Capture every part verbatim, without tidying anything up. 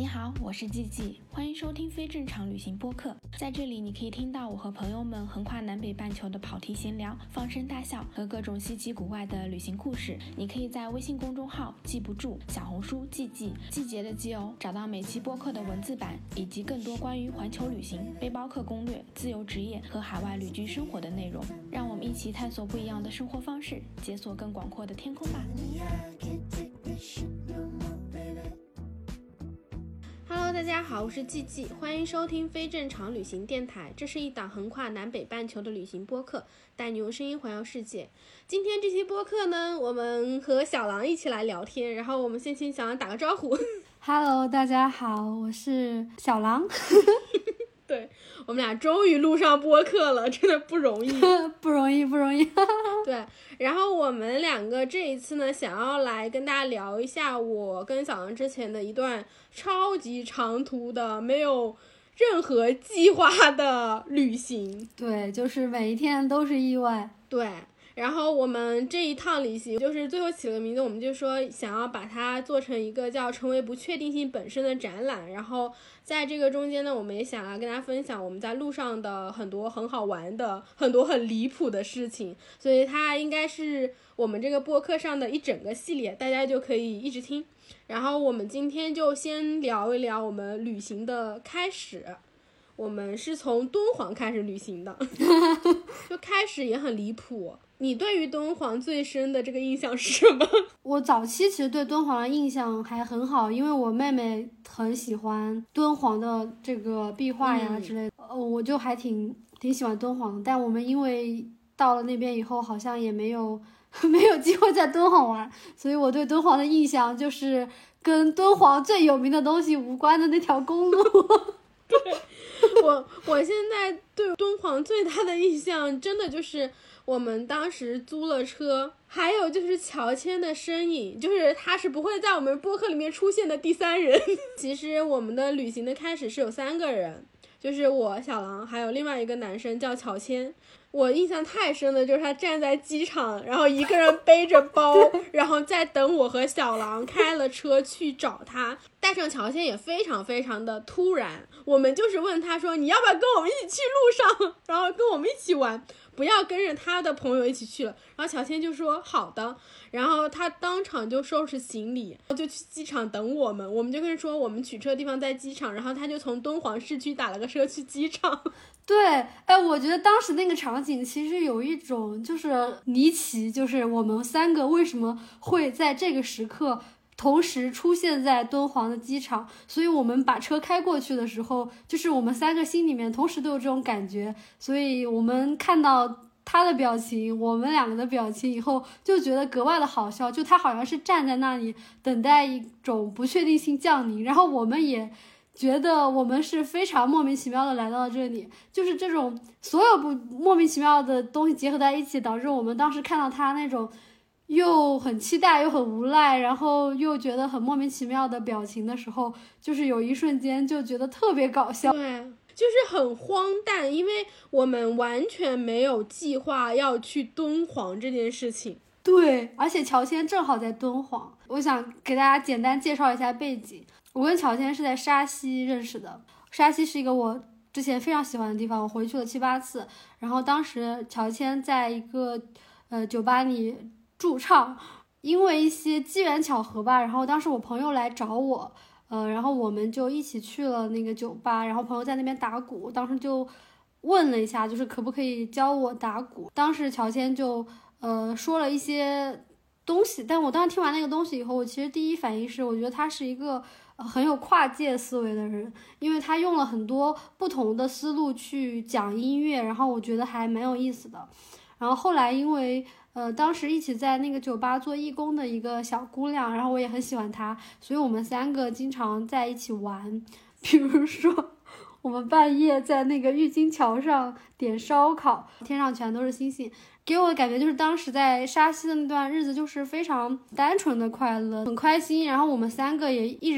你好，我是季季，欢迎收听非正常旅行播客。在这里你可以听到我和朋友们横跨南北半球的跑题闲聊、放声大笑和各种稀奇古怪的旅行故事。你可以在微信公众号记不住、小红书季季季节的季哦，找到每期播客的文字版以及更多关于环球旅行、背包客攻略、自由职业和海外旅居生活的内容。让我们一起探索不一样的生活方式，解锁更广阔的天空吧。Hello， 大家好，我是季季，欢迎收听非正常旅行电台。这是一档横跨南北半球的旅行播客，带你用声音环游世界。今天这期播客呢，我们和小狼一起来聊天，然后我们先请小狼打个招呼。 Hello， 大家好，我是小狼。 对，我们俩终于录上播客了，真的不容易， 不容易，不容易。 对，然后我们两个这一次呢，想要来跟大家聊一下我跟小狼之前的一段超级长途的没有任何计划的旅行。 对，就是每一天都是意外。 对，然后我们这一趟旅行就是最后起了个名字，我们就说想要把它做成一个叫成为不确定性本身的展览。然后在这个中间呢，我们也想要跟大家分享我们在路上的很多很好玩的很多很离谱的事情，所以它应该是我们这个播客上的一整个系列，大家就可以一直听。然后我们今天就先聊一聊我们旅行的开始。我们是从敦煌开始旅行的就开始也很离谱。你对于敦煌最深的这个印象是什么？ 我早期其实对敦煌的印象还很好，因为我妹妹很喜欢敦煌的这个壁画呀之类的、嗯、我就还挺挺喜欢敦煌的。但我们因为到了那边以后好像也没有没有机会在敦煌玩，所以我对敦煌的印象就是跟敦煌最有名的东西无关的那条公路对，我我现在对敦煌最大的印象真的就是我们当时租了车，还有就是乔迁的身影，就是他是不会在我们播客里面出现的第三人。其实我们的旅行的开始是有三个人，就是我小狼还有另外一个男生叫乔迁。我印象太深了，就是他站在机场，然后一个人背着包然后再等我和小狼开了车去找他。带上乔迁也非常非常的突然，我们就是问他说你要不要跟我们一起去路上，然后跟我们一起玩，不要跟着他的朋友一起去了。然后乔迁就说好的，然后他当场就收拾行李就去机场等我们。我们就跟他说我们取车的地方在机场，然后他就从敦煌市区打了个车去机场。 对，哎，我觉得当时那个场景其实有一种就是离奇，就是我们三个为什么会在这个时刻同时出现在敦煌的机场。所以我们把车开过去的时候，就是我们三个心里面同时都有这种感觉，所以我们看到他的表情，我们两个的表情以后就觉得格外的好笑，就他好像是站在那里等待一种不确定性降临，然后我们也觉得我们是非常莫名其妙的来到了这里，就是这种所有不莫名其妙的东西结合在一起，导致我们当时看到他那种又很期待又很无赖，然后又觉得很莫名其妙的表情的时候，就是有一瞬间就觉得特别搞笑。 对，就是很荒诞，因为我们完全没有计划要去敦煌这件事情。 对，而且乔迁正好在敦煌。我想给大家简单介绍一下背景。我跟乔迁是在沙溪认识的，沙溪是一个我之前非常喜欢的地方，我回去了七八次。然后当时乔迁在一个呃酒吧里驻唱，因为一些机缘巧合吧，然后当时我朋友来找我，呃，然后我们就一起去了那个酒吧，然后朋友在那边打鼓，当时就问了一下，就是可不可以教我打鼓。当时乔迁就呃说了一些东西，但我当时听完那个东西以后，我其实第一反应是我觉得他是一个很有跨界思维的人，因为他用了很多不同的思路去讲音乐，然后我觉得还蛮有意思的。然后后来因为呃当时一起在那个酒吧做义工的一个小姑娘，然后我也很喜欢她，所以我们三个经常在一起玩。比如说我们半夜在那个郁金桥上点烧烤，天上全都是星星，给我的感觉就是当时在沙溪的那段日子就是非常单纯的快乐，很开心。然后我们三个也一直是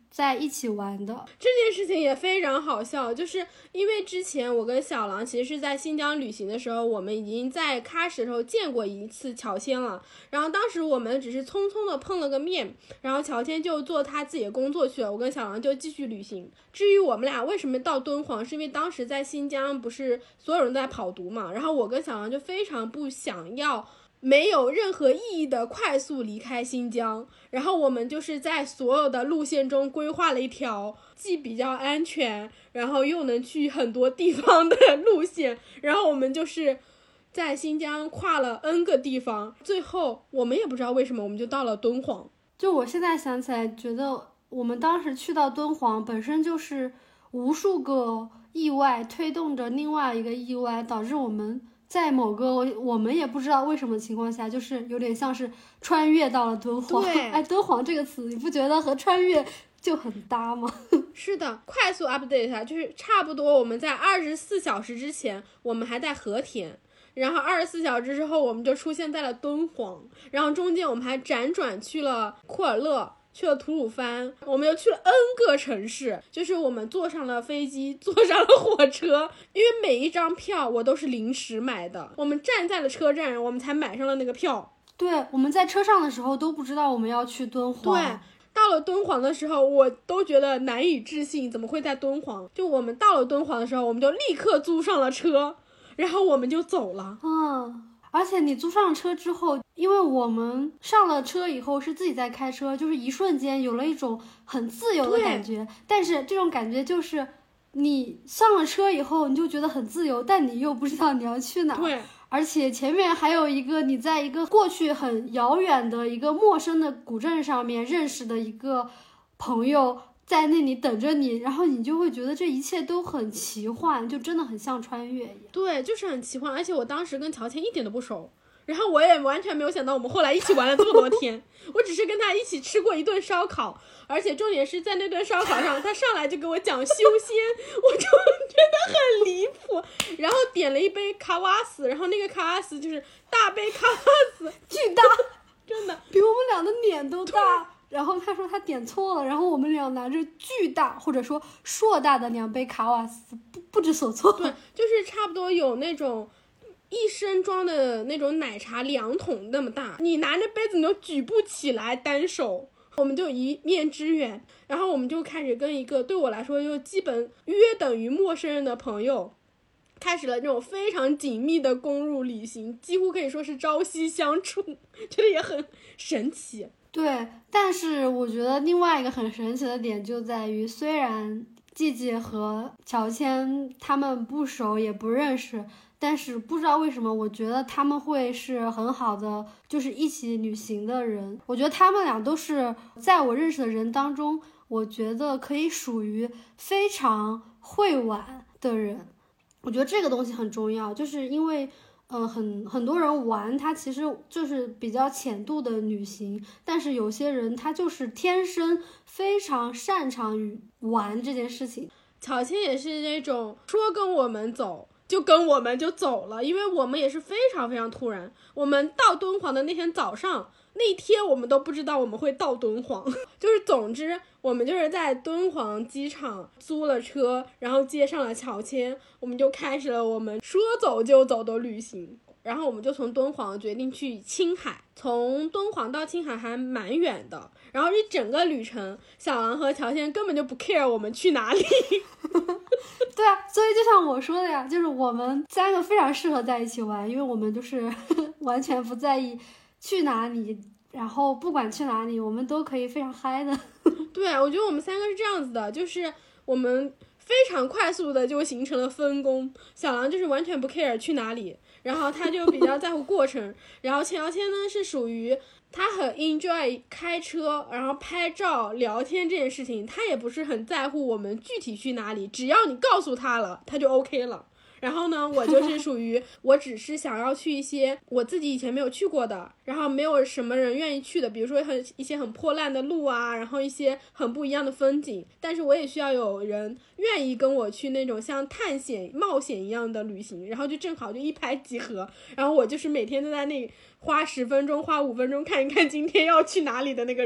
在一起玩的。 这件事情也非常好笑，就是因为之前我跟小狼其实是在新疆旅行的时候，我们已经在喀什的时候见过一次乔迁了，然后当时我们只是匆匆的碰了个面，然后乔迁就做他自己的工作去了，我跟小狼就继续旅行。至于我们俩为什么到敦煌，是因为当时在新疆不是所有人都在跑毒嘛，然后我跟小狼就非常不想要没有任何意义的快速离开新疆，然后我们就是在所有的路线中规划了一条既比较安全然后又能去很多地方的路线，然后我们就是在新疆跨了 N 个地方，最后我们也不知道为什么我们就到了敦煌。 就我现在想起来觉得我们当时去到敦煌本身就是无数个意外推动着另外一个意外，导致我们在某个我们也不知道为什么情况下，就是有点像是穿越到了敦煌。 对， 哎，敦煌这个词你不觉得和穿越就很搭吗？ 是的，快速 update 一下，就是差不多我们在二十四小时之前我们还在和田，然后二十四小时之后我们就出现在了敦煌，然后中间我们还辗转去了库尔勒，去了吐鲁番，我们又去了 N 个城市，就是我们坐上了飞机，坐上了火车，因为每一张票我都是临时买的，我们站在了车站我们才买上了那个票。 对，我们在车上的时候都不知道我们要去敦煌。 对，到了敦煌的时候我都觉得难以置信，怎么会在敦煌，就我们到了敦煌的时候我们就立刻租上了车，然后我们就走了。 嗯，而且你租上车之后，因为我们上了车以后是自己在开车，就是一瞬间有了一种很自由的感觉，但是这种感觉就是你上了车以后你就觉得很自由，但你又不知道你要去哪。 对， 而且前面还有一个你在一个过去很遥远的一个陌生的古镇上面认识的一个朋友在那里等着你，然后你就会觉得这一切都很奇幻，就真的很像穿越一样。 对，就是很奇幻。而且我当时跟乔迁一点都不熟，然后我也完全没有想到我们后来一起玩了这么多天我只是跟他一起吃过一顿烧烤，而且重点是在那顿烧烤上他上来就给我讲修仙我就觉得很离谱，然后点了一杯卡瓦斯，然后那个卡瓦斯就是大杯卡瓦斯， 巨大真的比我们俩的脸都大。然后他说他点错了，然后我们俩拿着巨大或者说硕大的两杯卡瓦斯，不不知所措。 对，就是差不多有那种一升装的那种奶茶两桶那么大，你拿着杯子你都举不起来单手，我们就一面之缘，然后我们就开始跟一个对我来说就基本约等于陌生人的朋友开始了这种非常紧密的公路旅行，几乎可以说是朝夕相处，觉得也很神奇。 对，但是我觉得另外一个很神奇的点就在于，虽然季季和乔迁他们不熟也不认识，但是不知道为什么我觉得他们会是很好的就是一起旅行的人。我觉得他们俩都是在我认识的人当中，我觉得可以属于非常会玩的人。我觉得这个东西很重要，就是因为呃，很很多人玩他其实就是比较浅度的旅行，但是有些人他就是天生非常擅长于玩这件事情。 乔迁也是那种说跟我们走就跟我们就走了，因为我们也是非常非常突然，我们到敦煌的那天早上，那天我们都不知道我们会到敦煌就是总之我们就是在敦煌机场租了车，然后接上了乔迁，我们就开始了我们说走就走的旅行。然后我们就从敦煌决定去青海，从敦煌到青海还蛮远的，然后一整个旅程小狼和乔迁根本就不 care 我们去哪里对啊，所以就像我说的呀，就是我们三个非常适合在一起玩，因为我们就是完全不在意去哪里，然后不管去哪里我们都可以非常嗨的对，我觉得我们三个是这样子的，就是我们非常快速的就形成了分工，小狼就是完全不 care 去哪里，然后他就比较在乎过程然后乔迁呢是属于他很 enjoy 开车然后拍照聊天这件事情，他也不是很在乎我们具体去哪里，只要你告诉他了他就 OK 了。然后呢我就是属于我只是想要去一些我自己以前没有去过的，然后没有什么人愿意去的，比如说很一些很破烂的路啊，然后一些很不一样的风景，但是我也需要有人愿意跟我去那种像探险冒险一样的旅行，然后就正好就一拍即合，然后我就是每天都在那里花十分钟花五分钟看一看今天要去哪里的那个人。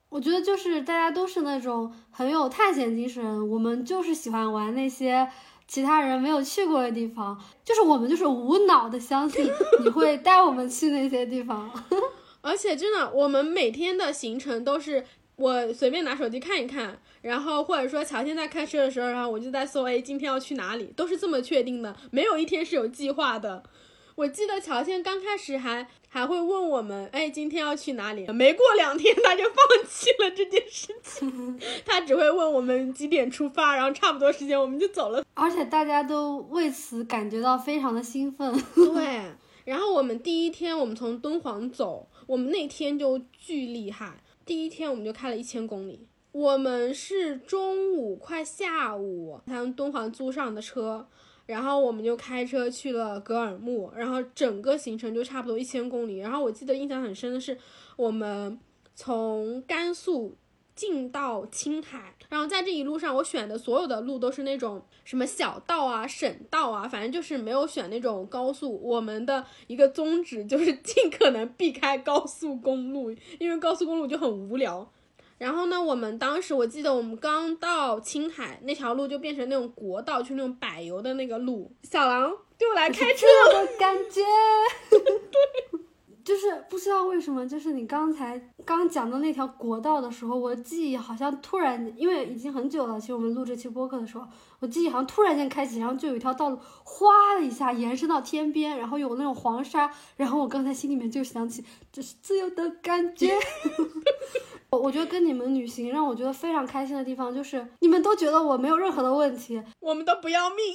我觉得就是大家都是那种很有探险精神，我们就是喜欢玩那些其他人没有去过的地方，就是我们就是无脑的相信你会带我们去那些地方。 而且真的，我们每天的行程都是我随便拿手机看一看，然后或者说乔天在开车的时候，然后我就在搜，哎，今天要去哪里，都是这么确定的，没有一天是有计划的。我记得乔天刚开始还还会问我们，哎，今天要去哪里？没过两天他就放弃了这件事情，他只会问我们几点出发，然后差不多时间我们就走了。 而且大家都为此感觉到非常的兴奋。 对，然后我们第一天我们从敦煌走，我们那天就巨厉害，第一天我们就开了一千公里。我们是中午快下午才从敦煌租上的车，然后我们就开车去了格尔木，然后整个行程就差不多一千公里。然后我记得印象很深的是，我们从甘肃进到青海，然后在这一路上我选的所有的路都是那种什么小道啊、省道啊，反正就是没有选那种高速。我们的一个宗旨就是尽可能避开高速公路，因为高速公路就很无聊。然后呢，我们当时我记得我们刚到青海那条路就变成那种国道，就是那种柏油的那个路。小狼就来开车的感觉。对，就是不知道为什么，就是你刚才刚讲到那条国道的时候，我的记忆好像突然，因为已经很久了，其实我们录这期播客的时候，我记忆好像突然间开启，然后就有一条道路哗的一下延伸到天边，然后有那种黄沙，然后我刚才心里面就想起这是自由的感觉。我我觉得跟你们旅行让我觉得非常开心的地方就是你们都觉得我没有任何的问题， 我们都不要命。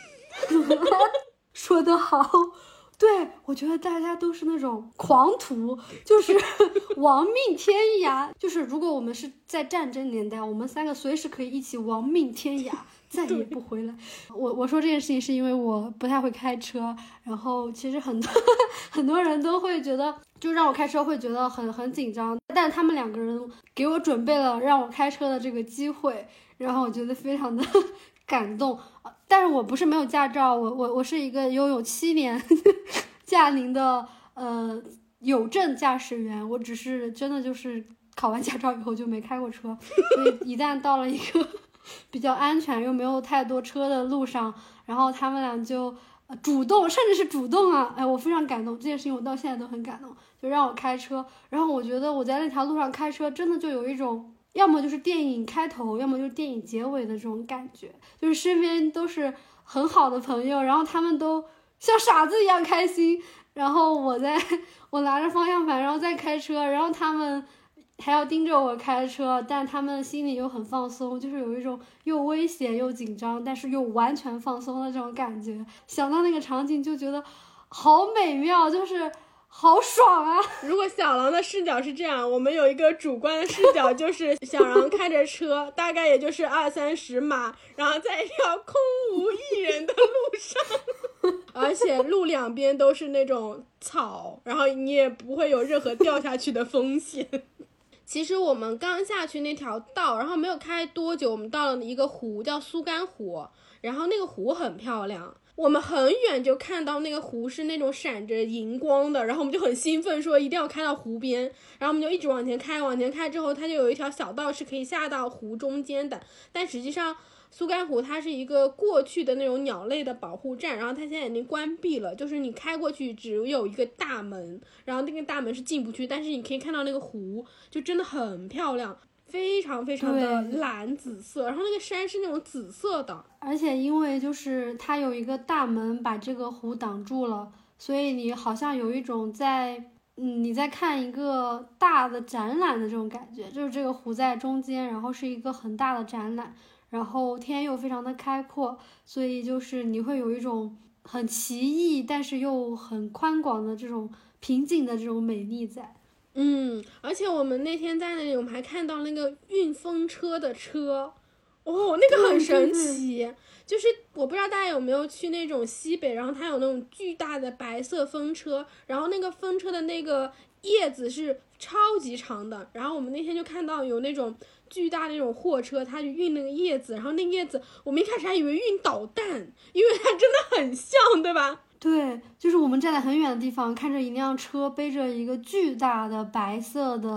说得好。对，我觉得大家都是那种狂徒，就是亡命天涯。就是如果我们是在战争年代，我们三个随时可以一起亡命天涯，再也不回来。我我说这件事情是因为我不太会开车，然后其实很多很多人都会觉得，就让我开车会觉得很很紧张，但他们两个人给我准备了让我开车的这个机会，然后我觉得非常的感动。但是我不是没有驾照，我我我是一个拥有七年驾龄的呃有证驾驶员，我只是真的就是考完驾照以后就没开过车，所以一旦到了一个比较安全又没有太多车的路上，然后他们俩就呃主动，甚至是主动啊，哎，我非常感动，这件事情我到现在都很感动，就让我开车。然后我觉得我在那条路上开车真的就有一种要么就是电影开头，要么就是电影结尾的这种感觉，就是身边都是很好的朋友，然后他们都像傻子一样开心，然后我在我拿着方向盘然后再开车，然后他们还要盯着我开车，但他们心里又很放松，就是有一种又危险又紧张但是又完全放松的这种感觉。想到那个场景就觉得好美妙，就是好爽啊！ 如果小狼的视角是这样，我们有一个主观的视角，就是小狼开着车，大概也就是二三十码，然后在一条空无一人的路上，而且路两边都是那种草，然后你也不会有任何掉下去的风险。其实我们刚下去那条道，然后没有开多久，我们到了一个湖，叫苏干湖，然后那个湖很漂亮。我们很远就看到那个湖是那种闪着荧光的，然后我们就很兴奋说一定要开到湖边，然后我们就一直往前开，往前开之后它就有一条小道是可以下到湖中间的，但实际上苏干湖它是一个过去的那种鸟类的保护站，然后它现在已经关闭了，就是你开过去只有一个大门，然后那个大门是进不去，但是你可以看到那个湖就真的很漂亮，非常非常的蓝紫色，然后那个山是那种紫色的， 而且因为就是它有一个大门把这个湖挡住了，所以你好像有一种在嗯你在看一个大的展览的这种感觉，就是这个湖在中间，然后是一个很大的展览，然后天又非常的开阔，所以就是你会有一种很奇异但是又很宽广的这种平静的这种美丽在。 嗯，而且我们那天在那里，我们还看到那个运风车的车，哦，那个很神奇。就是我不知道大家有没有去那种西北，然后它有那种巨大的白色风车，然后那个风车的那个叶子是超级长的，然后我们那天就看到有那种巨大的那种货车，它就运那个叶子，然后那个叶子我们一开始还以为运导弹，因为它真的很像，对吧？ 对，就是我们站在很远的地方看着一辆车背着一个巨大的白色的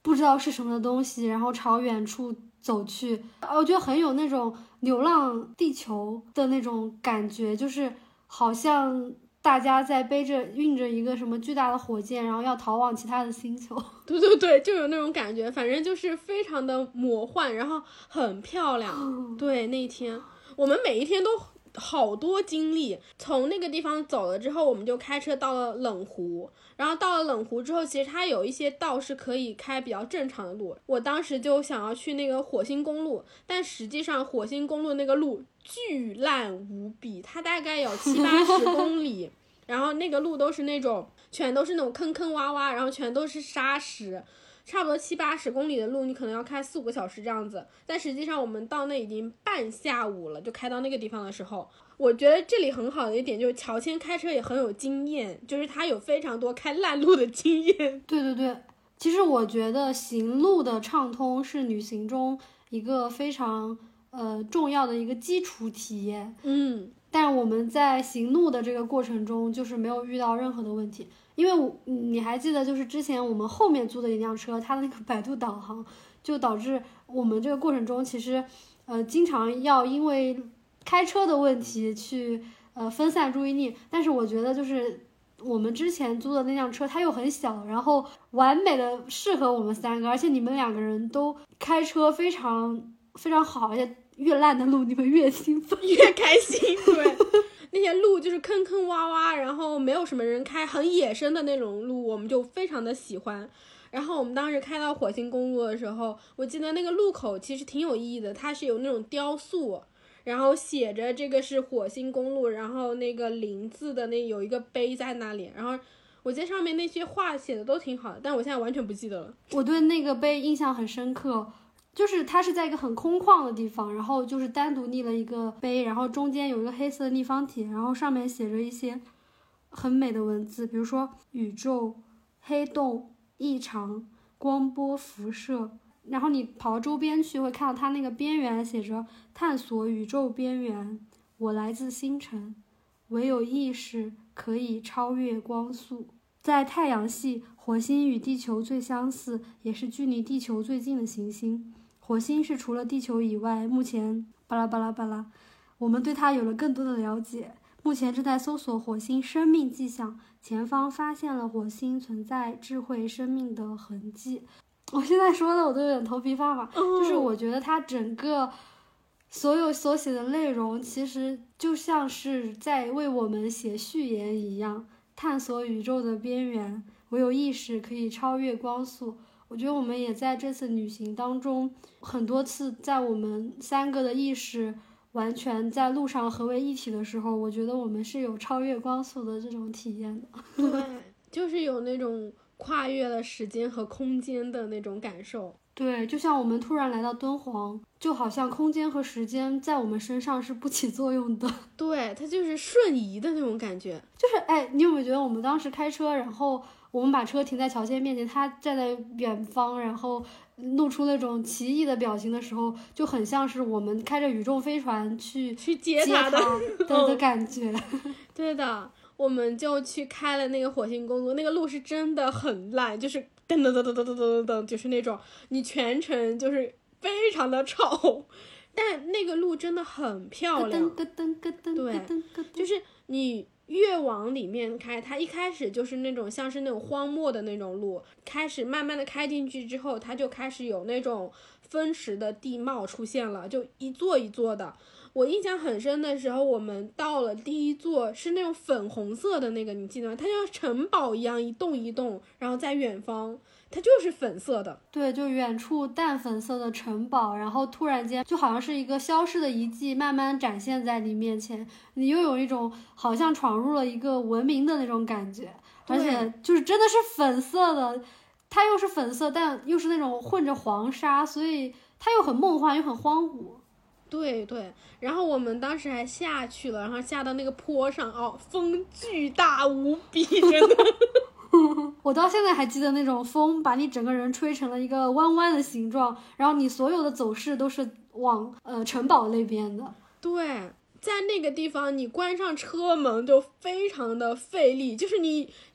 不知道是什么的东西，然后朝远处走去。我觉得很有那种流浪地球的那种感觉，就是好像大家在背着运着一个什么巨大的火箭，然后要逃往其他的星球。 对对对，就有那种感觉，反正就是非常的魔幻，然后很漂亮。对，那一天我们每一天都好多经历。从那个地方走了之后，我们就开车到了冷湖，然后到了冷湖之后，其实它有一些道是可以开比较正常的路。我当时就想要去那个火星公路，但实际上火星公路那个路巨烂无比，它大概有七八十公里然后那个路都是那种全都是那种坑坑洼洼，然后全都是沙石，差不多七八十公里的路你可能要开四五个小时这样子。但实际上我们到那已经半下午了，就开到那个地方的时候，我觉得这里很好的一点就是乔迁开车也很有经验，就是他有非常多开烂路的经验。 对对对，其实我觉得行路的畅通是旅行中一个非常呃重要的一个基础体验。 嗯， 但我们在行路的这个过程中就是没有遇到任何的问题。因为我你还记得就是之前我们后面租的一辆车，它的那个百度导航就导致我们这个过程中其实呃经常要因为开车的问题去呃分散注意力。但是我觉得就是我们之前租的那辆车它又很小，然后完美的适合我们三个，而且你们两个人都开车非常非常好，而且越烂的路你们越兴奋越开心。对那些路就是坑坑洼洼，然后没有什么人开，很野生的那种路，我们就非常的喜欢。然后我们当时开到火星公路的时候，我记得那个路口其实挺有意义的，它是有那种雕塑，然后写着这个是火星公路，然后那个林字的那有一个碑在那里，然后我记得上面那些话写的都挺好的，但我现在完全不记得了。 我对那个碑印象很深刻，就是它是在一个很空旷的地方，然后就是单独立了一个碑，然后中间有一个黑色的立方体，然后上面写着一些很美的文字，比如说宇宙、黑洞、异常、光波、辐射。然后你跑到周边去会看到它那个边缘写着探索宇宙边缘，我来自星辰，唯有意识可以超越光速。在太阳系，火星与地球最相似，也是距离地球最近的行星。火星是除了地球以外，目前巴拉巴拉巴拉，我们对它有了更多的了解。目前正在搜索火星生命迹象，前方发现了火星存在智慧生命的痕迹。我现在说的我都有点头皮发麻，就是我觉得它整个所有所写的内容其实就像是在为我们写序言一样，探索宇宙的边缘，唯有意识可以超越光速。我觉得我们也在这次旅行当中很多次，在我们三个的意识完全在路上合为一体的时候，我觉得我们是有超越光速的这种体验的。 对，就是有那种跨越了时间和空间的那种感受。 对，就像我们突然来到敦煌，就好像空间和时间在我们身上是不起作用的。 对，它就是瞬移的那种感觉。 就是哎，你有没有觉得我们当时开车，然后我们把车停在乔迁面前，他站在远方，然后露出那种奇异的表情的时候，就很像是我们开着宇宙飞船去去接他的的的感觉。 对的，我们就去开了那个火星公路，那个路是真的很烂，就是噔噔噔噔噔噔噔噔，就是那种你全程就是非常的吵，但那个路真的很漂亮。对，就是你越往里面开，它一开始就是那种像是那种荒漠的那种路，开始慢慢的开进去之后，它就开始有那种分池的地貌出现了，就一座一座的。我印象很深的时候，我们到了第一座是那种粉红色的那个，你记得吗？它像城堡一样一栋一栋，然后在远方它就是粉色的。 对，就远处淡粉色的城堡，然后突然间就好像是一个消失的遗迹慢慢展现在你面前，你又有一种好像闯入了一个文明的那种感觉，而且就是真的是粉色的，它又是粉色但又是那种混着黄沙，所以它又很梦幻又很荒芜。 对对，然后我们当时还下去了，然后下到那个坡上，哦，风巨大无比，真的。 我到现在还记得那种风把你整个人吹成了一个弯弯的形状，然后你所有的走势都是往呃城堡那边的。 对，在那个地方你关上车门就非常的费力，就是你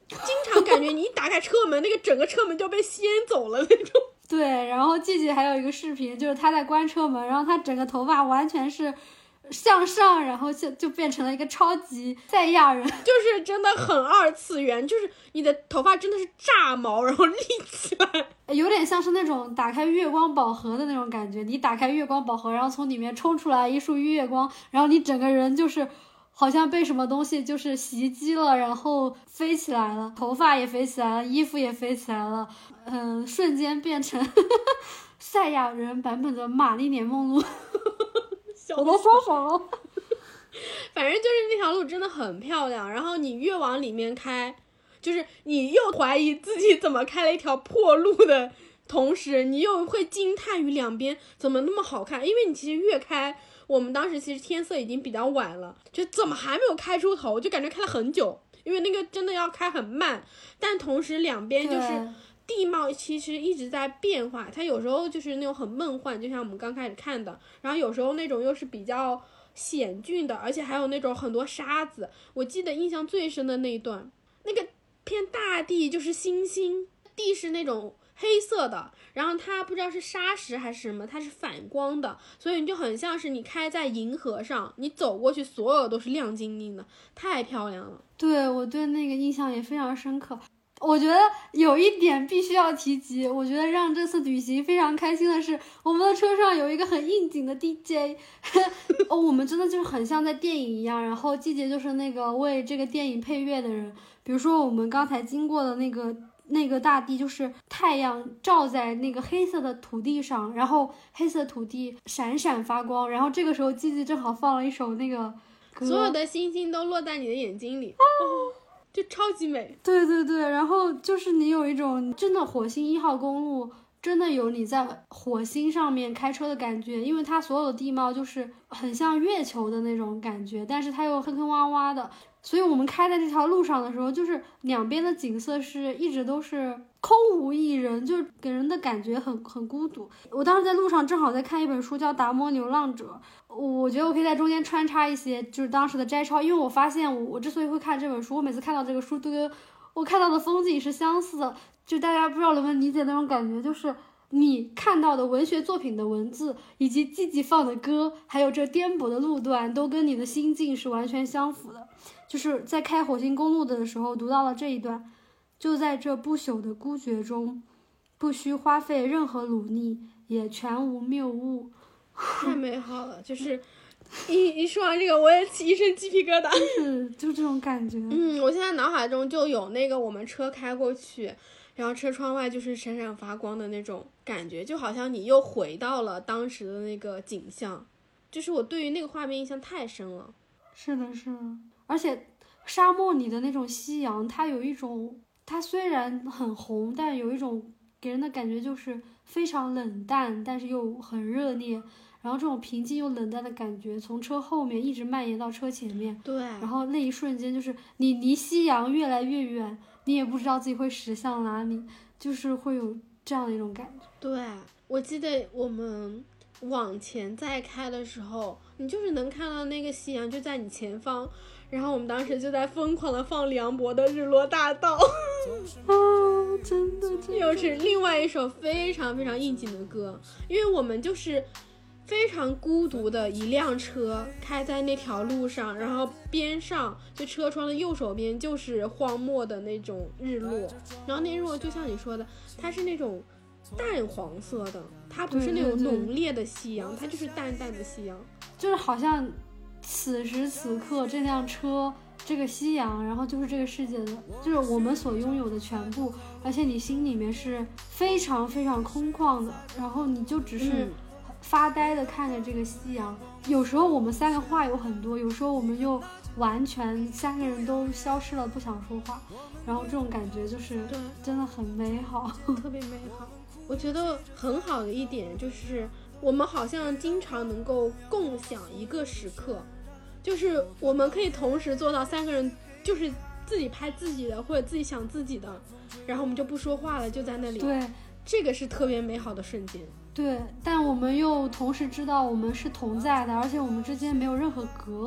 经常感觉你一打开车门，那个整个车门就被掀走了那种。 对，然后季季还有一个视频，就是他在关车门，然后他整个头发完全是向上，然后就就变成了一个超级赛亚人， 就是真的很二次元，就是你的头发真的是炸毛，然后立起来， 有点像是那种打开月光宝盒的那种感觉。你打开月光宝盒，然后从里面冲出来一束月光，然后你整个人就是好像被什么东西就是袭击了，然后飞起来了，头发也飞起来了，衣服也飞起来了，嗯，瞬间变成赛亚人版本的玛丽莲梦露。我都说爽了。 反正就是那条路真的很漂亮，然后你越往里面开，就是你又怀疑自己怎么开了一条破路的同时，你又会惊叹于两边怎么那么好看，因为你其实越开，我们当时其实天色已经比较晚了，就怎么还没有开出头，就感觉开了很久，因为那个真的要开很慢，但同时两边就是地貌其实一直在变化，它有时候就是那种很梦幻，就像我们刚开始看的，然后有时候那种又是比较险峻的，而且还有那种很多沙子。我记得印象最深的那一段，那个片大地就是星星，地是那种黑色的，然后它不知道是砂石还是什么，它是反光的，所以你就很像是你开在银河上，你走过去所有都是亮晶晶的，太漂亮了。 对，我对那个印象也非常深刻。我觉得有一点必须要提及，我觉得让这次旅行非常开心的是，我们的车上有一个很应景的 D J 哦，我们真的就是很像在电影一样，然后季节就是那个为这个电影配乐的人。比如说我们刚才经过的那个那个大地，就是太阳照在那个黑色的土地上，然后黑色土地闪闪发光，然后这个时候季季正好放了一首那个歌， 所有的星星都落在你的眼睛里，哦，就超级美。 对对对，然后就是你有一种真的火星一号公路真的有你在火星上面开车的感觉，因为它所有的地貌就是很像月球的那种感觉，但是它又坑坑洼洼的，所以我们开在这条路上的时候，就是两边的景色是一直都是空无一人，就给人的感觉很很孤独。我当时在路上正好在看一本书叫《达摩流浪者》，我觉得我可以在中间穿插一些就是当时的摘抄，因为我发现我我之所以会看这本书，我每次看到这个书都跟我看到的风景是相似的，就大家不知道能不能理解那种感觉，就是你看到的文学作品的文字以及季季放的歌，还有这颠簸的路段都跟你的心境是完全相符的。就是在开火星公路的时候读到了这一段，就在这不朽的孤绝中，不需花费任何努力，也全无谬误。 太美好了，就是一一说完这个我也起一身鸡皮疙瘩， 是就这种感觉。 嗯，我现在脑海中就有那个我们车开过去，然后车窗外就是闪闪发光的那种感觉，就好像你又回到了当时的那个景象，就是我对于那个画面印象太深了。 是的是的，而且沙漠里的那种夕阳，它有一种，它虽然很红，但有一种给人的感觉就是非常冷淡，但是又很热烈，然后这种平静又冷淡的感觉从车后面一直蔓延到车前面。 对， 然后那一瞬间就是你离夕阳越来越远，你也不知道自己会驶向哪里，就是会有这样的一种感觉。 对，我记得我们往前再开的时候，你就是能看到那个夕阳就在你前方，然后我们当时就在疯狂的放梁博的《日落大道》 啊，真的真的又是另外一首非常非常应景的歌，因为我们就是非常孤独的一辆车开在那条路上，然后边上就车窗的右手边就是荒漠的那种日落，然后那日落就像你说的，它是那种淡黄色的，它不是那种浓烈的夕阳，它就是淡淡的夕阳， 就是好像此时此刻这辆车这个夕阳，然后就是这个世界的，就是我们所拥有的全部，而且你心里面是非常非常空旷的，然后你就只是发呆的看着这个夕阳、嗯、有时候我们三个话有很多，有时候我们又完全三个人都消失了不想说话，然后这种感觉就是真的很美好， 特别美好。我觉得很好的一点就是我们好像经常能够共享一个时刻，就是我们可以同时做到三个人就是自己拍自己的或者自己想自己的，然后我们就不说话了，就在那里， 对， 这个是特别美好的瞬间。 对，但我们又同时知道我们是同在的，而且我们之间没有任何隔阂。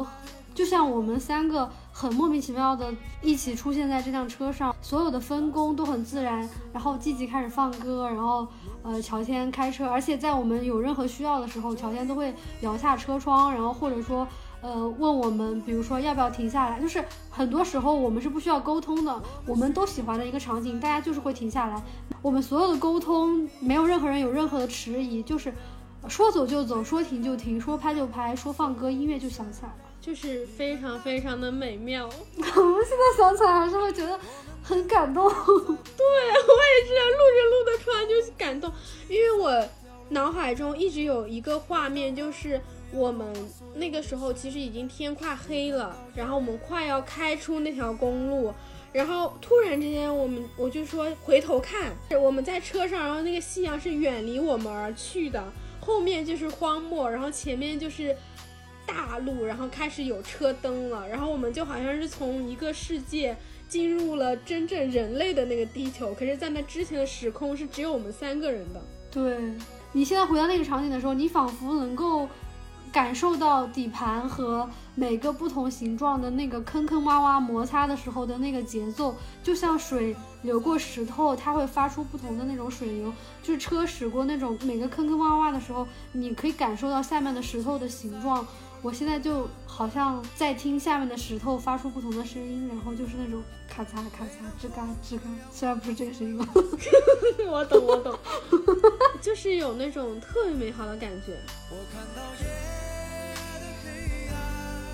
就像我们三个很莫名其妙的一起出现在这辆车上，所有的分工都很自然，然后季季开始放歌，然后呃乔迁开车，而且在我们有任何需要的时候，乔迁都会摇下车窗，然后或者说呃问我们比如说要不要停下来，就是很多时候我们是不需要沟通的，我们都喜欢的一个场景，大家就是会停下来，我们所有的沟通没有任何人有任何的迟疑，就是说走就走，说停就停，说拍就拍，说放歌音乐就响起来了， 就是非常非常的美妙。 我们现在想起来还是会觉得很感动。对，我也是录着录的突然就是感动，因为我脑海中一直有一个画面，就是我们那个时候其实已经天快黑了，然后我们快要开出那条公路，然后突然之间我们我就说回头看，我们在车上，然后那个夕阳是远离我们而去的，后面就是荒漠，然后前面就是大路，然后开始有车灯了，然后我们就好像是从一个世界进入了真正人类的那个地球，可是在那之前的时空是只有我们三个人的。 对，你现在回到那个场景的时候，你仿佛能够感受到底盘和每个不同形状的那个坑坑洼洼摩擦的时候的那个节奏，就像水流过石头，它会发出不同的那种水流，就是车驶过那种每个坑坑洼洼的时候，你可以感受到下面的石头的形状。我现在就好像在听下面的石头发出不同的声音，然后就是那种咔嚓咔嚓吱嘎吱嘎，虽然不是这个声音吗？ 我懂我懂就是有那种特别美好的感觉。我看到夜的黑暗，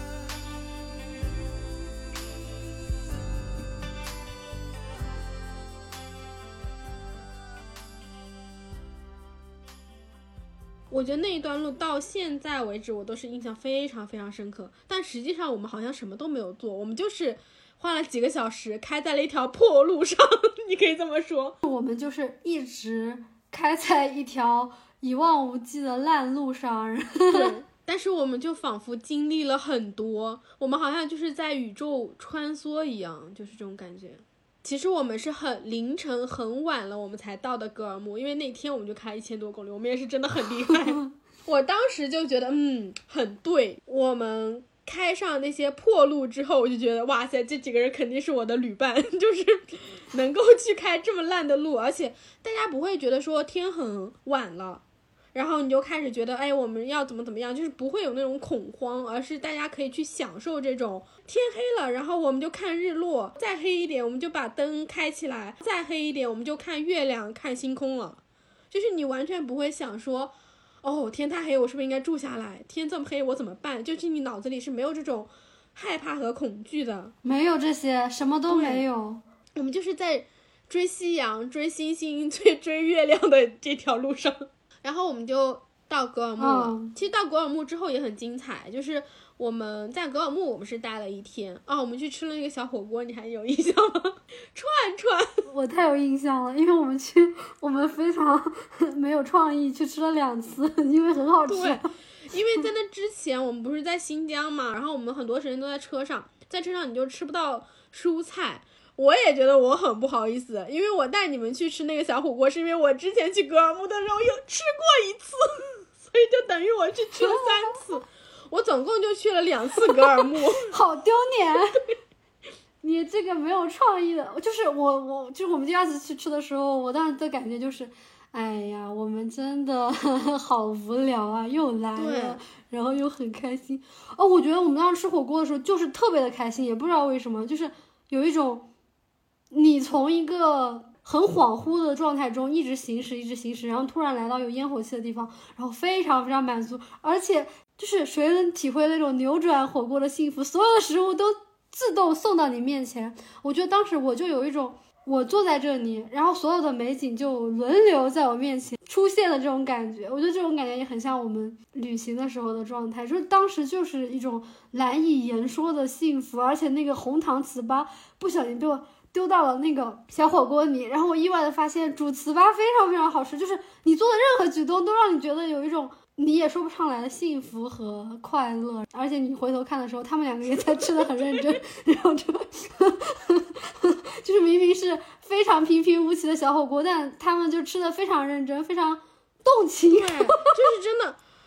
我觉得那一段路到现在为止我都是印象非常非常深刻，但实际上我们好像什么都没有做，我们就是花了几个小时开在了一条破路上你可以这么说， 我们就是一直开在一条一望无际的烂路上对，但是我们就仿佛经历了很多，我们好像就是在宇宙穿梭一样，就是这种感觉。其实我们是很凌晨很晚了我们才到的格尔木，因为那天我们就开了一千多公里，我们也是真的很厉害我当时就觉得嗯很对，我们开上那些破路之后，我就觉得哇塞，这几个人肯定是我的旅伴就是能够去开这么烂的路，而且大家不会觉得说天很晚了然后你就开始觉得哎我们要怎么怎么样，就是不会有那种恐慌，而是大家可以去享受这种天黑了然后我们就看日落，再黑一点我们就把灯开起来，再黑一点我们就看月亮看星空了，就是你完全不会想说哦天太黑我是不是应该住下来，天这么黑我怎么办，就是你脑子里是没有这种害怕和恐惧的， 没有这些，什么都没有， 我们就是在追夕阳追星星追追月亮的这条路上，然后我们就到格尔木了、嗯、其实到格尔木之后也很精彩，就是我们在格尔木我们是待了一天啊，我们去吃了那个小火锅，你还有印象吗？串串我太有印象了，因为我们去我们非常没有创意去吃了两次，因为很好吃。 对，因为在那之前我们不是在新疆嘛，然后我们很多时间都在车上，在车上你就吃不到蔬菜，我也觉得我很不好意思，因为我带你们去吃那个小火锅是因为我之前去格尔木的时候有吃过一次，所以就等于我去吃了三次我总共就去了两次格尔木好丢脸你这个没有创意的，就是我我就是我们第二次去吃的时候，我当时的感觉就是哎呀我们真的好无聊啊，又来了然后又很开心哦，我觉得我们当时吃火锅的时候就是特别的开心，也不知道为什么，就是有一种你从一个很恍惚的状态中一直行驶一直行驶，然后突然来到有烟火气的地方，然后非常非常满足，而且就是谁能体会那种扭转火锅的幸福，所有的食物都自动送到你面前，我觉得当时我就有一种我坐在这里然后所有的美景就轮流在我面前出现的这种感觉，我觉得这种感觉也很像我们旅行的时候的状态，就是当时就是一种难以言说的幸福，而且那个红糖糍粑不小心被我丢到了那个小火锅里，然后我意外的发现煮糍粑非常非常好吃，就是你做的任何举动都让你觉得有一种你也说不上来的幸福和快乐，而且你回头看的时候他们两个也在吃的很认真然后就就是明明是非常平平无奇的小火锅，但他们就吃的非常认真非常动情对，就是真的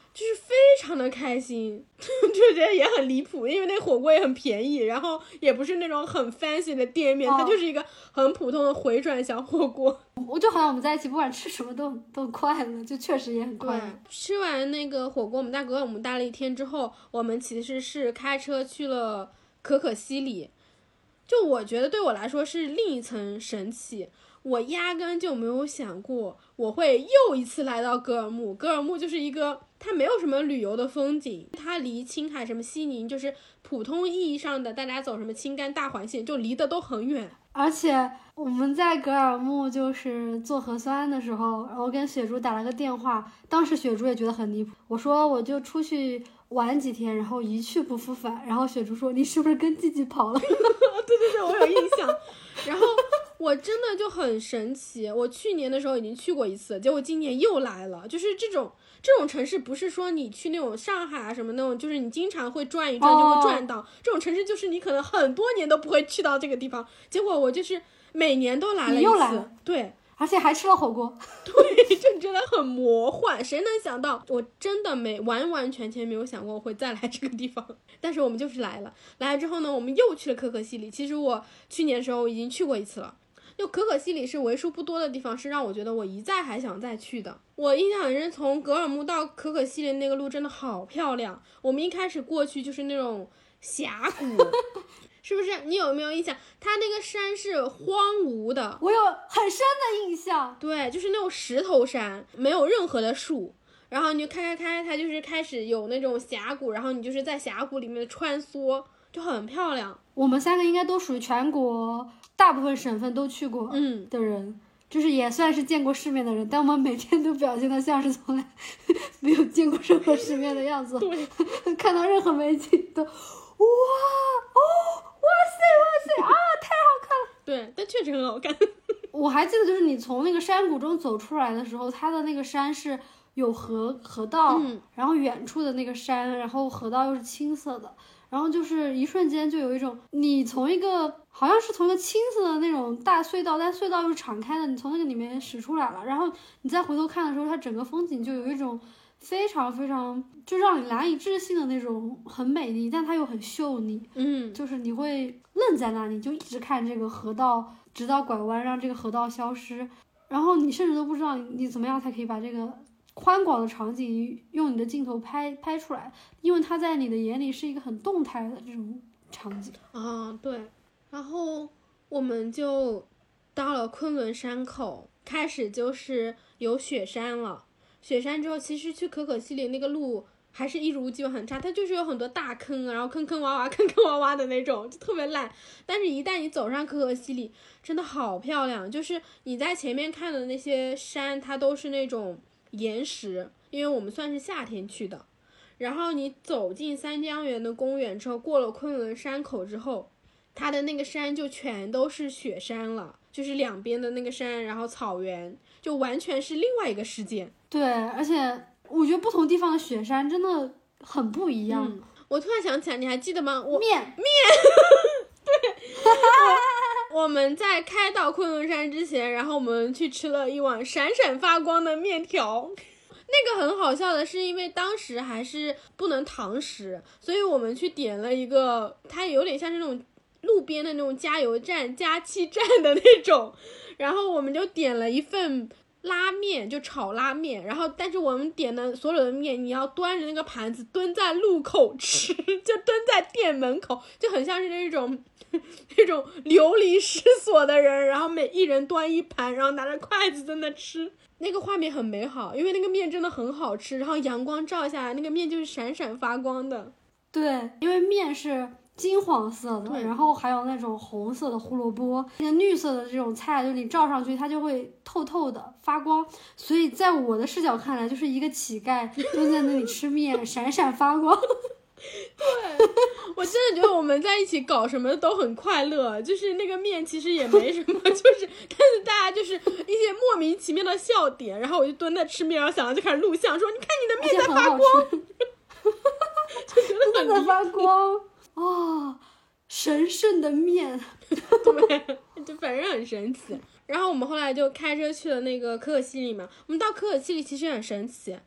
就是非常的开心，就觉得也很离谱，因为那火锅也很便宜，然后也不是那种很 fancy 的店面，哦、它就是一个很普通的回转小火锅。 我就好像我们在一起不管吃什么都都快乐，就确实也很快乐。 吃完那个火锅，我们在格尔木待了一天之后，我们其实是开车去了可可西里，就我觉得对我来说是另一层神奇。我压根就没有想过我会又一次来到格尔木。格尔木就是一个它没有什么旅游的风景，它离青海什么西宁就是普通意义上的大家走什么青甘大环线就离得都很远。 而且我们在格尔木就是做核酸的时候，然后跟雪珠打了个电话，当时雪珠也觉得很离谱，我说我就出去玩几天，然后一去不复返，然后雪珠说你是不是跟季季跑了？ 对对对，我有印象。然后我真的就很神奇，我去年的时候已经去过一次，结果今年又来了。就是这种这种城市不是说你去那种上海啊什么那种，就是你经常会转一转就会转到、哦、这种城市就是你可能很多年都不会去到这个地方，结果我就是每年都来了一次。 你又来了， 对， 而且还吃了火锅。 对，就真的很魔幻，谁能想到，我真的没完完全全没有想过我会再来这个地方。但是我们就是来了，来了之后呢，我们又去了可可西里。其实我去年的时候已经去过一次了，就可可西里是为数不多的地方是让我觉得我一再还想再去的。我印象很深，从格尔木到可可西里那个路真的好漂亮。我们一开始过去就是那种峡谷是不是？你有没有印象？它那个山是荒芜的， 我有很深的印象。 对，就是那种石头山，没有任何的树，然后你就开开开，它就是开始有那种峡谷，然后你就是在峡谷里面穿梭，就很漂亮。 我们三个应该都属于全国大部分省份都去过的人、嗯、就是也算是见过世面的人，但我们每天都表现得像是从来没有见过任何世面的样子。对，看到任何美景都哇哦哇塞哇塞啊，太好看了。 对，但确实很好看。 我还记得就是你从那个山谷中走出来的时候，它的那个山是有河河道、嗯、然后远处的那个山，然后河道又是青色的，然后就是一瞬间就有一种你从一个好像是从一个青色的那种大隧道，但隧道又是敞开的，你从那个里面驶出来了，然后你再回头看的时候，它整个风景就有一种非常非常就让你难以置信的那种很美丽，但它又很秀丽。 嗯， 就是你会愣在那里，就一直看这个河道直到拐弯让这个河道消失，然后你甚至都不知道你怎么样才可以把这个宽广的场景用你的镜头拍拍出来，因为它在你的眼里是一个很动态的这种场景啊。对，然后我们就到了昆仑山口，开始就是有雪山了。雪山之后，其实去可可西里那个路还是一如既往很差，它就是有很多大坑，然后坑坑洼洼坑坑洼洼的那种，就特别烂。但是一旦你走上可可西里，真的好漂亮，就是你在前面看的那些山它都是那种岩石，因为我们算是夏天去的。然后你走进三江源的公园之后，过了昆仑山口之后，它的那个山就全都是雪山了，就是两边的那个山，然后草原，就完全是另外一个世界。对， 而且我觉得不同地方的雪山真的很不一样、嗯、 我突然想起来，你还记得吗？我面面对我, 我们在开到昆仑山之前，然后我们去吃了一碗闪闪发光的面条。那个很好笑的是，因为当时还是不能堂食，所以我们去点了一个，它有点像是那种路边的那种加油站加气站的那种，然后我们就点了一份拉面，就炒拉面，然后但是我们点的所有的面，你要端着那个盘子蹲在路口吃，就蹲在店门口，就很像是那种那种流离失所的人，然后每一人端一盘，然后拿着筷子在那吃。那个画面很美好，因为那个面真的很好吃，然后阳光照下来，那个面就是闪闪发光的。 对，因为面是金黄色的，然后还有那种红色的胡萝卜，那个绿色的这种菜，就你照上去它就会透透的发光，所以在我的视角看来，就是一个乞丐蹲在那里吃面，闪闪发光。 对，我真的觉得我们在一起搞什么都很快乐，就是那个面其实也没什么，就是但是大家就是一些莫名其妙的笑点，然后我就蹲在吃面，然后想到就开始录像，说你看你的面在发光，就觉得很在发光啊、哦，神圣的面。 对，就反正很神奇。然后我们后来就开车去了那个可可西里嘛，我们到可可西里其实很神奇。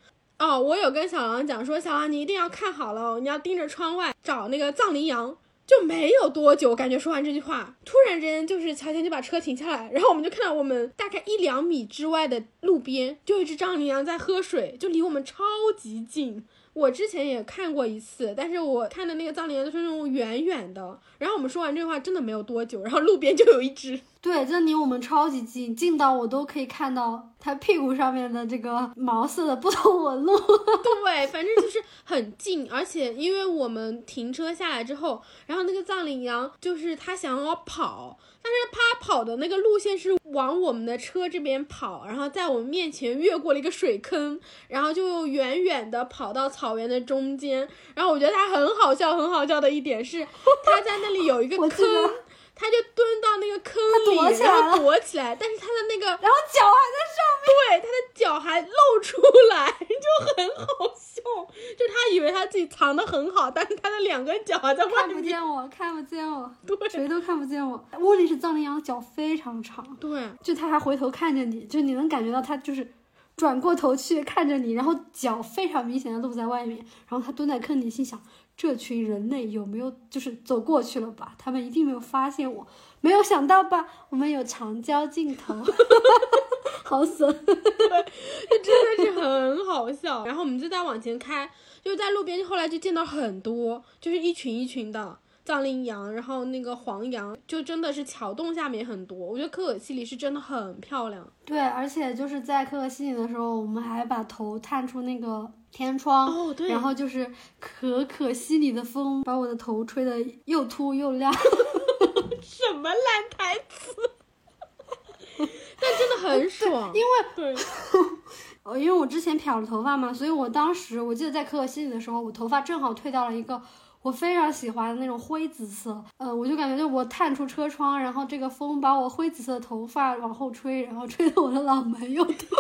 哦，我有跟小狼讲说，小狼你一定要看好了，你要盯着窗外找那个藏羚羊。就没有多久，感觉说完这句话，突然间就是乔迁就把车停下来，然后我们就看到我们大概一两米之外的路边就有一只藏羚羊在喝水，就离我们超级近。我之前也看过一次，但是我看的那个藏羚羊就是那种远远的，然后我们说完这话真的没有多久，然后路边就有一只。 对，真的离我们超级近，近到我都可以看到它屁股上面的这个毛色的不同纹路。 对，反正就是很近，而且因为我们停车下来之后，然后那个藏羚羊就是它想要跑，但是它跑的那个路线是往我们的车这边跑，然后在我们面前越过了一个水坑，然后就远远的跑到草原的中间。然后我觉得它很好笑很好笑的一点是，它在那里有一个坑，他就蹲到那个坑里，然后躲起来，但是他的那个， 然后脚还在上面， 对，他的脚还露出来，就很好笑。就他以为他自己藏得很好，但是他的两根脚还在外面， 看不见我，看不见我， 对， 谁都看不见我。问题是藏羚羊脚非常长， 对， 就他还回头看着你，就你能感觉到他就是转过头去看着你，然后脚非常明显的露在外面，然后他蹲在坑里，心想。这群人类有没有就是走过去了吧？他们一定没有发现我，没有想到吧？我们有长焦镜头，好损， 对，就真的是很好笑。然后我们就再往前开，就在路边，后来就见到很多，就是一群一群的藏羚羊，然后那个黄羊，就真的是桥洞下面很多。我觉得可可西里是真的很漂亮。 对，而且就是在可可西里的时候，我们还把头探出那个天窗， 哦，对， 然后就是可可西里的风把我的头吹得又秃又亮。 什么烂台词？但真的很爽， 因为对， 呃，因为我之前漂了头发嘛，所以我当时我记得在可可西里的时候，我头发正好退到了一个我非常喜欢的那种灰紫色，呃，我就感觉就我探出车窗，然后这个风把我灰紫色的头发往后吹，然后吹得我的脑门又痛。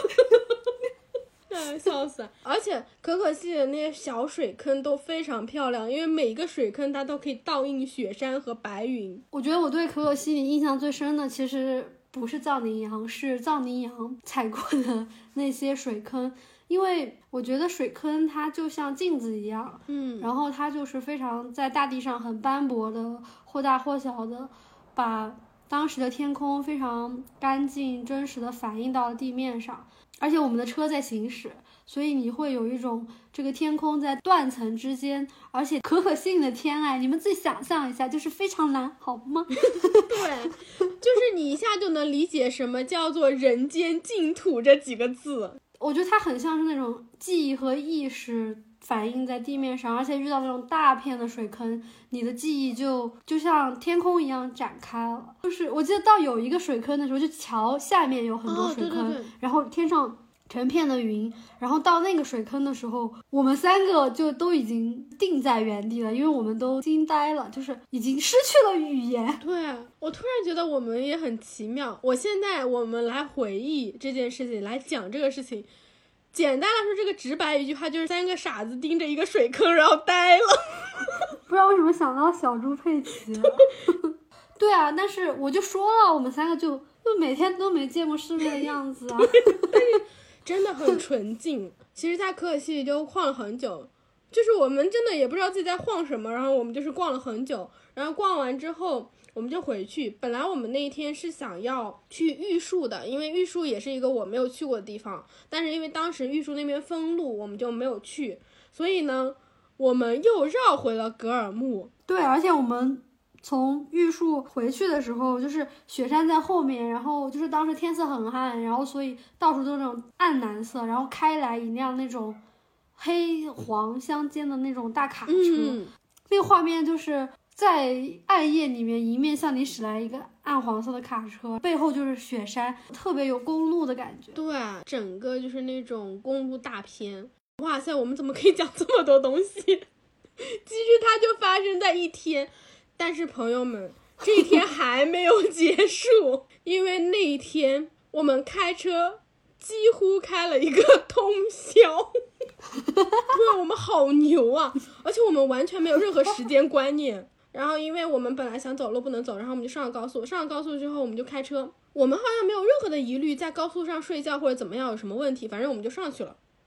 笑死！而且可可西的那些小水坑都非常漂亮，因为每一个水坑它都可以倒映雪山和白云。 我觉得我对可可西里印象最深的其实不是藏羚羊，是藏羚羊踩过的那些水坑，因为我觉得水坑它就像镜子一样， 嗯， 然后它就是非常在大地上很斑驳的，或大或小的，把当时的天空非常干净真实的反映到了地面上。而且我们的车在行驶，所以你会有一种这个天空在断层之间，而且可可西里的天籁，你们自己想象一下，就是非常蓝，好吗？ 对，就是你一下就能理解什么叫做人间净土这几个字。 我觉得它很像是那种记忆和意识反映在地面上，而且遇到那种大片的水坑，你的记忆就就像天空一样展开了。就是我记得到有一个水坑的时候，就桥下面有很多水坑， 哦，对对对， 然后天上成片的云，然后到那个水坑的时候，我们三个就都已经定在原地了，因为我们都惊呆了，就是已经失去了语言。 对，我突然觉得我们也很奇妙。我现在我们来回忆这件事情，来讲这个事情，简单来说，这个直白一句话就是三个傻子盯着一个水坑，然后呆了。 不知道为什么想到小猪佩奇了。对啊，但是我就说了，我们三个就就每天都没见过世面的样子啊。 但是真的很纯净。其实在可可西里就晃了很久，就是我们真的也不知道自己在晃什么，然后我们就是逛了很久，然后逛完之后我们就回去。本来我们那一天是想要去玉树的，因为玉树也是一个我没有去过的地方，但是因为当时玉树那边封路，我们就没有去，所以呢我们又绕回了格尔木。 对，而且我们从玉树回去的时候，就是雪山在后面，然后就是当时天色很暗，然后所以到处都是那种暗蓝色，然后开来一辆那种黑黄相间的那种大卡车， 嗯， 那个画面就是在暗夜里面，迎面向你驶来一个暗黄色的卡车，背后就是雪山，特别有公路的感觉。 对，整个就是那种公路大片。哇塞，我们怎么可以讲这么多东西？其实它就发生在一天，但是朋友们，这一天还没有结束，因为那一天我们开车几乎开了一个通宵。对，我们好牛啊，而且我们完全没有任何时间观念。然后因为我们本来想走路不能走，然后我们就上了高速，上了高速之后我们就开车，我们好像没有任何的疑虑在高速上睡觉或者怎么样有什么问题，反正我们就上去了。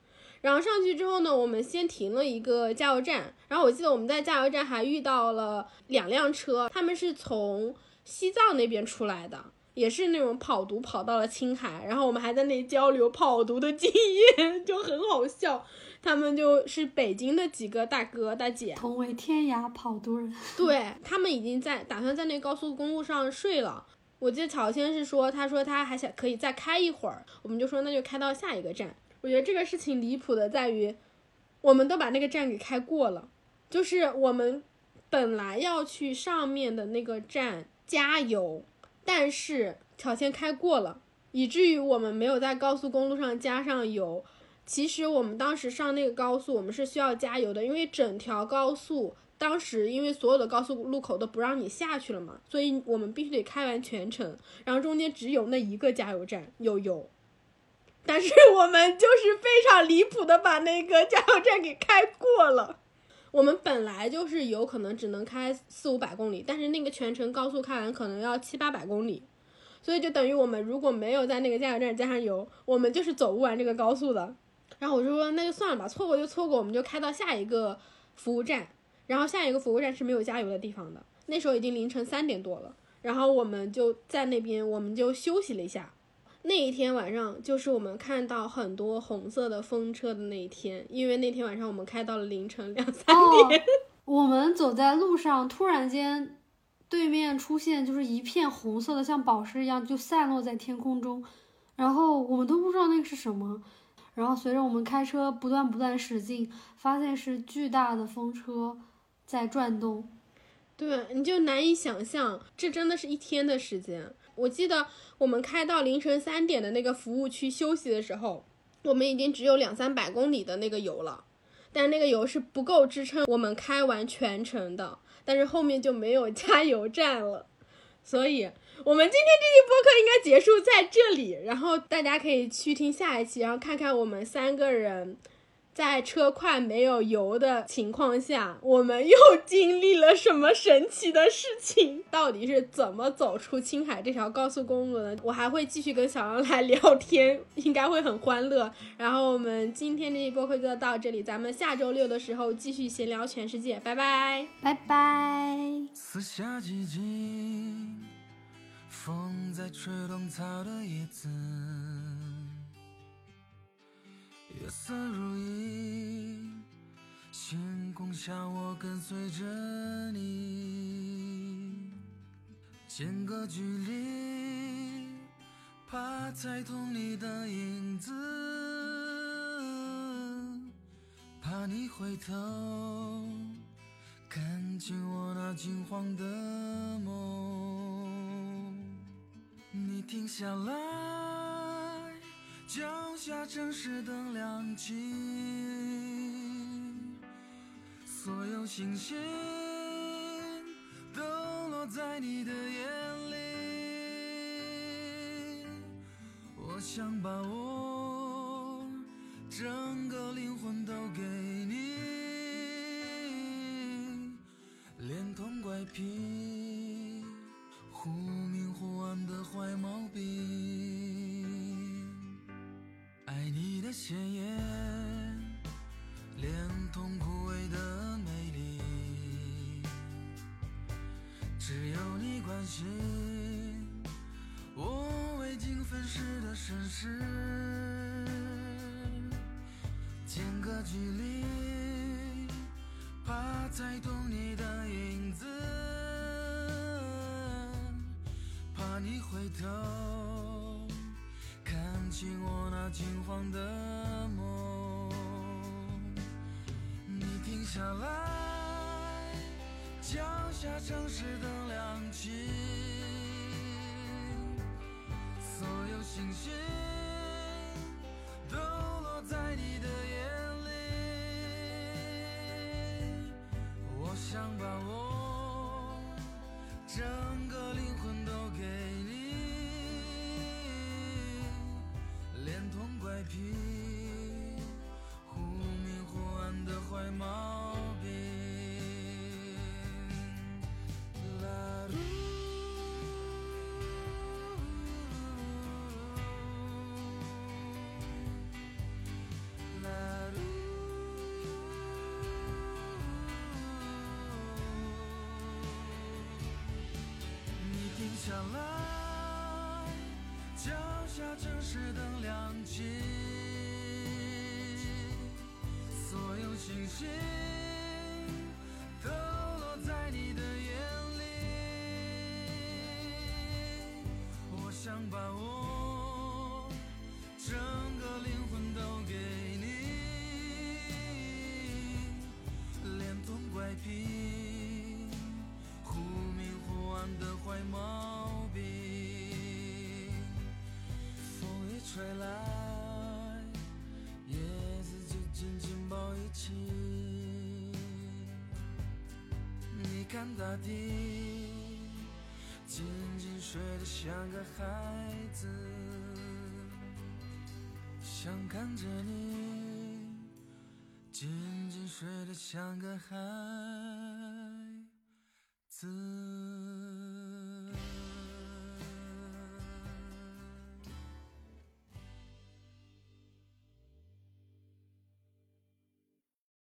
然后上去之后呢，我们先停了一个加油站，然后我记得我们在加油站还遇到了两辆车，他们是从西藏那边出来的，也是那种跑毒跑到了青海，然后我们还在那里交流跑毒的经验，就很好笑。他们就是北京的几个大哥大姐， 同为天涯跑毒人。 对，他们已经在打算在那高速公路上睡了。我记得乔先是说，他说他还想可以再开一会儿，我们就说那就开到下一个站。我觉得这个事情离谱的在于，我们都把那个站给开过了，就是我们本来要去上面的那个站加油，但是乔先开过了，以至于我们没有在高速公路上加上油。其实我们当时上那个高速我们是需要加油的，因为整条高速当时因为所有的高速路口都不让你下去了嘛，所以我们必须得开完全程，然后中间只有那一个加油站有油，但是我们就是非常离谱的把那个加油站给开过了。我们本来就是有可能只能开四五百公里，但是那个全程高速开完可能要七八百公里，所以就等于我们如果没有在那个加油站加上油，我们就是走不完这个高速的。然后我就说那就算了吧，错过就错过，我们就开到下一个服务站，然后下一个服务站是没有加油的地方的，那时候已经凌晨三点多了，然后我们就在那边我们就休息了一下。那一天晚上就是我们看到很多红色的风车的那一天，因为那天晚上我们开到了凌晨两三点、哦、 我们走在路上突然间对面出现就是一片红色的像宝石一样就散落在天空中，然后我们都不知道那个是什么，然后随着我们开车不断不断驶进，发现是巨大的风车在转动。 对，你就难以想象，这真的是一天的时间。我记得我们开到凌晨三点的那个服务区休息的时候，我们已经只有两三百公里的那个油了，但是那个油是不够支撑我们开完全程的，但是后面就没有加油站了。所以我们今天这期播客应该结束在这里，然后大家可以去听下一期，然后看看我们三个人在车快没有油的情况下，我们又经历了什么神奇的事情，到底是怎么走出青海这条高速公路的。我还会继续跟小杨来聊天，应该会很欢乐。然后我们今天这期播客就到这里，咱们下周六的时候继续闲聊全世界，拜拜拜拜。 四下寂静，风在吹动草的叶子，月色如银，星空下我跟随着你，间隔距离，怕踩痛你的影子，怕你回头看见我那惊慌的梦。你停下来，脚下城市灯亮起，所有星星都落在你的眼里，我想把我整个灵魂都给你，连同怪癖，忽明忽暗的坏毛病，爱你的鲜艳，连同枯萎的美丽，只有你关心我未经分饰的身世，间隔距离，怕踩痛你的影子，怕你回头看清我那惊慌的梦。你停下来，脚下城市灯亮起，所有星星都落在你的眼里，我想把我整个灵魂都给你，连同怪癖，忽明忽暗的坏毛病。啦噜啦噜下城市灯亮起，所有星星都落在你的眼里。我想把我整个灵魂都给你，连同怪癖，忽明忽暗的坏毛病。风一吹来，叶子就紧紧抱一起。你看大地，静静睡得像个孩子，想看着你，静静睡得像个孩子。